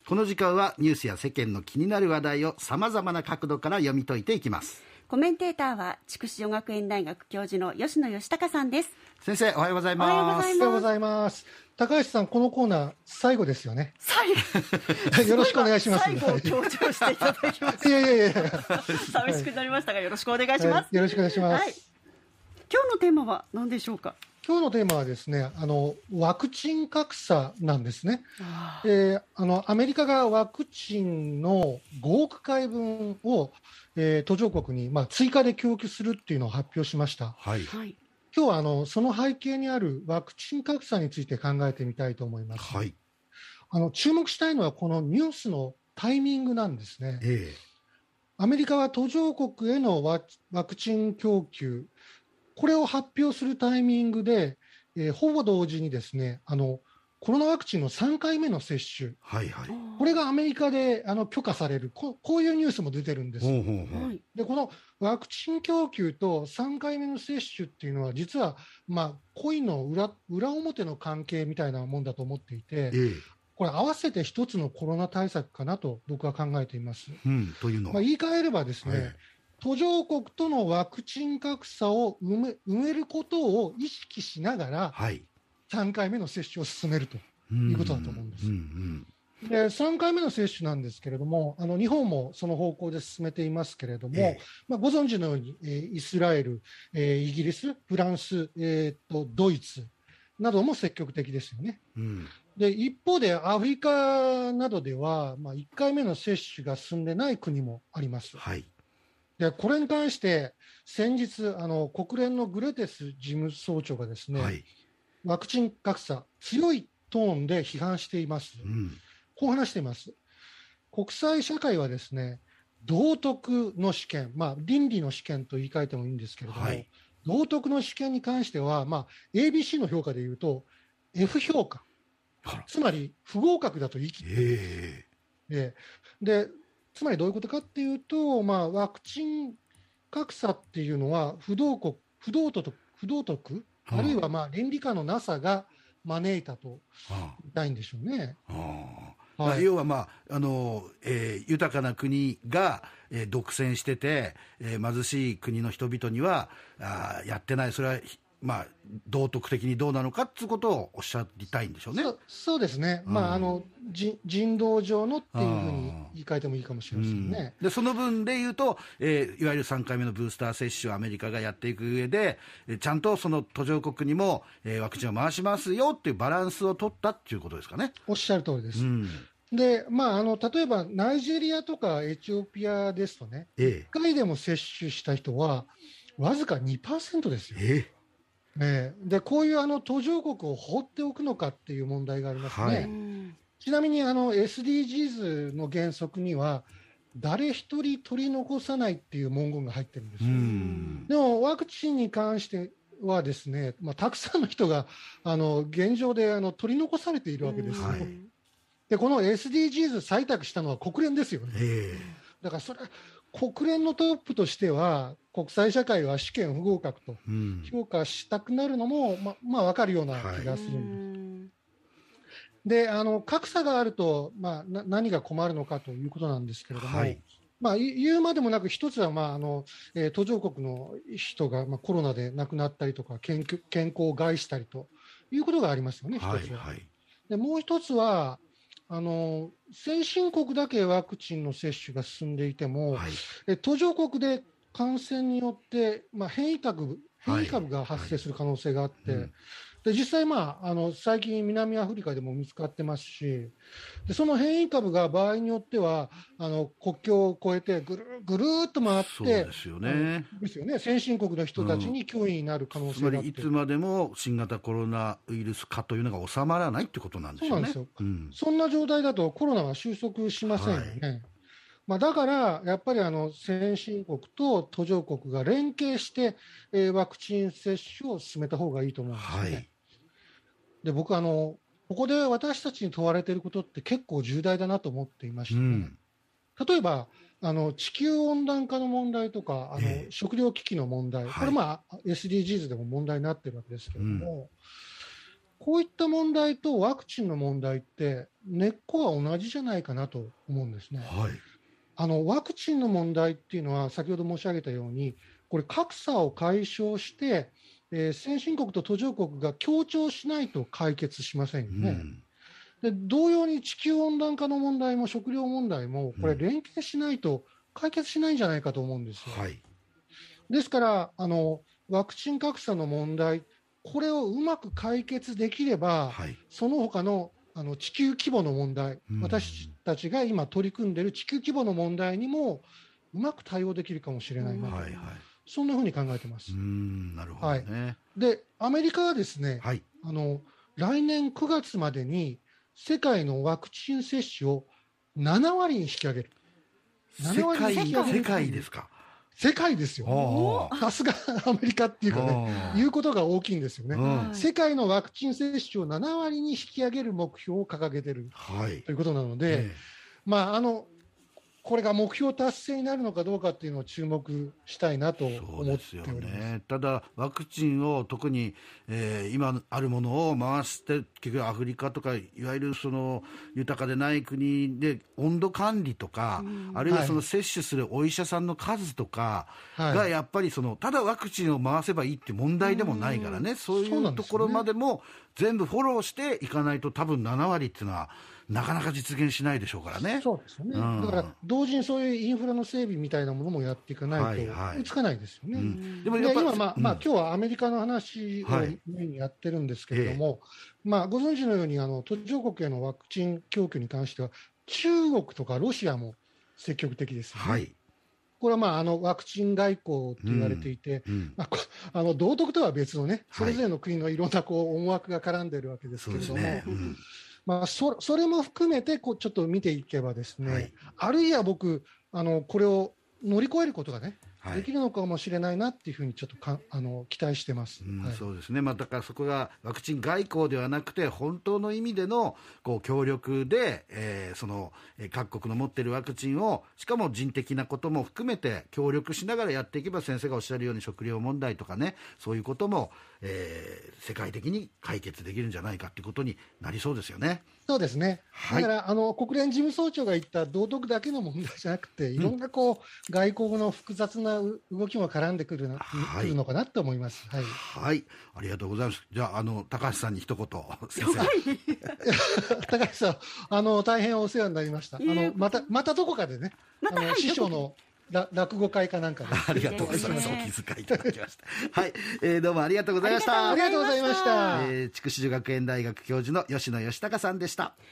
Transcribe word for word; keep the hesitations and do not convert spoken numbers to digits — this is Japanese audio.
この時間はニュースや世間の気になる話題をさまざまな角度から読み解いていきます。 コメンテーターは筑紫女学園大学教授の吉野義孝さんです。 先生、おはようございます。 おはようございます。 おはようございます。高橋さん、このコーナー最後ですよね。 最後よろしくお願いします。 最後を強調していただきます。 いやいやいや寂しくなりましたが、よろしくお願いします。はい、 よろしくお願いします。 はい、今日のテーマは何でしょうか。 今日のテーマはですね、あのワクチン格差なんですね。えー、あのアメリカがワクチンのごおくかいぶんを、えー、途上国に、まあ、追加で供給するっていうのを発表しました。 はい、 はい、 今日はあのその背景にあるワクチン格差について考えてみたいと思います。 はい、 あの注目したいのはこのニュースのタイミングなんですね。 ええ、 アメリカは途上国へのワクチン供給、これを発表するタイミングで、えー、ほぼ同時にですね、あのコロナワクチンのさんかいめの接種、 はいはい、 これがアメリカであの許可される、こ、こういうニュースも出てるんです。 ほうほうほう。 でこのワクチン供給とさんかいめの接種っていうのは、実は、まあ、恋の 裏, 裏表の関係みたいなもんだと思っていて、 ええ、 これ合わせて一つのコロナ対策かなと僕は考えています。 うん、というのは、 まあ、言い換えればですね、 はい、 途上国とのワクチン格差を埋め、埋めることを意識しながら、 はい、 さんかいめの接種を進めるということだと思うんです。 うんうんでさんかいめの接種なんですけれども、あの日本もその方向で進めていますけれども、 ええ、 まあ、ご存知のように、えー、イスラエル、えー、イギリス、フランス、えー、とドイツなども積極的ですよね。 うん、 で一方でアフリカなどでは、まあ、いっかいめの接種が進んでない国もあります。 はい、 でこれに関して先日あの国連のグレテス事務総長がですね、 はい、 ワクチン格差強いトーンで批判しています。 うん、 こう話しています。国際社会はですね、道徳の試験、まあ、倫理の試験と言い換えてもいいんですけれども、はい、道徳の試験に関しては、まあ、エービーシー の評価でいうと F 評価、つまり不合格だと言い切っているんです。ででつまりどういうことかっていうと、まあ、ワクチン格差っていうのは不道徳、不道徳、不道徳、はあ、あるいはまあ倫理観のなさが招いたと言いたいんでしょうね。はあはい、要は、まああのえー、豊かな国が、えー、独占してて、えー、貧しい国の人々にはあやってない、それはまあ、道徳的にどうなのかということをおっしゃりたいんでしょうね。 そ う, そうですね、うん、まあ、あの人道上のっていうふうに言い換えてもいいかもしれませんね。 うん、でその分でいうと、えー、いわゆるさんかいめのブースター接種をアメリカがやっていく上で、えー、ちゃんとその途上国にも、えー、ワクチンを回しますよっていうバランスを取ったっていうことですかね。 おっしゃる通りです。 うん、 でまあ、あの例えばナイジェリアとかエチオピアですとね、ええ、いっかいでも接種した人はわずか にパーセント ですよ。ええね、でこういうあの途上国を放っておくのかっていう問題がありますね。はい、ちなみにあの エスディージーズ の原則には誰一人取り残さないっていう文言が入ってるんですよ。でもワクチンに関してはですね、まあ、たくさんの人があの現状であの取り残されているわけですよ。はい、でこの エスディージーズ 採択したのは国連ですよね。だからそれは国連のトップとしては国際社会は試験不合格と評価したくなるのも、ままあ、分かるような気がするんです。はい、であの格差があると、まあ、な何が困るのかということなんですけれども、はい、まあ、言うまでもなく一つは、まああのえー、途上国の人が、まあ、コロナで亡くなったりとか健健康を害したりということがありますよね、一つは。はいはい、でもう一つはあの先進国だけワクチンの接種が進んでいても、はい、え途上国で感染によって、まあ、変異株、変異株が発生する可能性があって、はいはい、で実際、まあ、あの最近南アフリカでも見つかってますし、でその変異株が場合によってはあの国境を越えてぐるぐるっと回ってそうですよね、 ですよね、先進国の人たちに脅威になる可能性があって、 うん、つまりいつまでも新型コロナウイルス化というのが収まらないってことなんですよね。 そうなんですよ、うん、そんな状態だとコロナは収束しませんよね。はい、まあ、だからやっぱりあの先進国と途上国が連携して、えー、ワクチン接種を進めた方がいいと思うんですよね。はい、で僕あのここで私たちに問われていることって結構重大だなと思っていましてね、うん、例えばあの地球温暖化の問題とかあの、えー、食糧危機の問題、これ、まあ、はい、エスディージーズ でも問題になっているわけですけれども、 こういった問題とワクチンの問題って根っこは同じじゃないかなと思うんですね。 はい、 あのワクチンの問題っていうのは先ほど申し上げたようにこれ格差を解消して、えー、先進国と途上国が協調しないと解決しませんよね。うん、で同様に地球温暖化の問題も食料問題もこれ連携しないと解決しないんじゃないかと思うんですよ。 はい、 ですからあのワクチン格差の問題これをうまく解決できれば、はい、その他のあの地球規模の問題、うん、私たちが今取り組んでいる地球規模の問題にもうまく対応できるかもしれないなと、はいはい、そんなふうに考えています。 うーん、なるほどね。はい、 でアメリカはですね、 はい、 あの来年くがつまでに世界のワクチン接種をななわりに引き上げる。 ななわりに引き上げる。世界ですか。 世界ですよ。さすがアメリカっていうかね、いうことが大きいんですよね。世界のワクチン接種をななわりに引き上げる目標を掲げている、はい、ということなので、ええ、まああのこれが目標達成になるのかどうかっていうのを注目したいなと思っております。そうですよね。 ただワクチンを特に、えー、今あるものを回して結局アフリカとかいわゆるその豊かでない国で温度管理とか、うん、あるいはその接種するお医者さんの数とかがやっぱりそのただワクチンを回せばいいって問題でもないからね、うん、そういうところまでも全部フォローしていかないと多分ななわりっていうのはなかなか実現しないでしょうからね。 そうですよね、うん、だから同時にそういうインフラの整備みたいなものもやっていかないと追いつかないですよね。はいはい、うん、でもやっぱ今、まあ、うん、まあ、今日はアメリカの話をメインにやってるんですけれども、はい、まあ、ご存知のようにあの途上国へのワクチン供給に関しては中国とかロシアも積極的ですよね。はい、これは、まあ、あのワクチン外交と言われていて、うんうん、まあ、あの道徳とは別のね、それぞれの国のいろんなこう思惑が絡んでいるわけですけれども、ね、うん、まあ、そ, それも含めてこうちょっと見ていけばですね、はい、あるいは僕あのこれを乗り越えることがね、はい、できるのかもしれないなっていうふうにちょっとかあの期待してます。 うん、 はい、 そうですね、まあ、だからそこがワクチン外交ではなくて本当の意味でのこう協力で、えー、その各国の持っているワクチンをしかも人的なことも含めて協力しながらやっていけば先生がおっしゃるように食料問題とかねそういうことも、えー、世界的に解決できるんじゃないかということになりそうですよね。 そうですね、はい、だからあの国連事務総長が言った道徳だけの問題じゃなくていろんなこう、うん、外交の複雑な動きも絡んでくるな、はい、くるのかなと思います。はい、 はい、ありがとうございます。じゃあ、あの高橋さんに一言先生高橋さんあの大変お世話になりました。あのまたまたどこかでね、あの師匠の落語会かなんかでありがとうございます。お気遣いいただきましたはい、えー、どうもありがとうございました。 ありがとうございました。 えー、筑紫女学園大学教授の吉野義孝さんでした。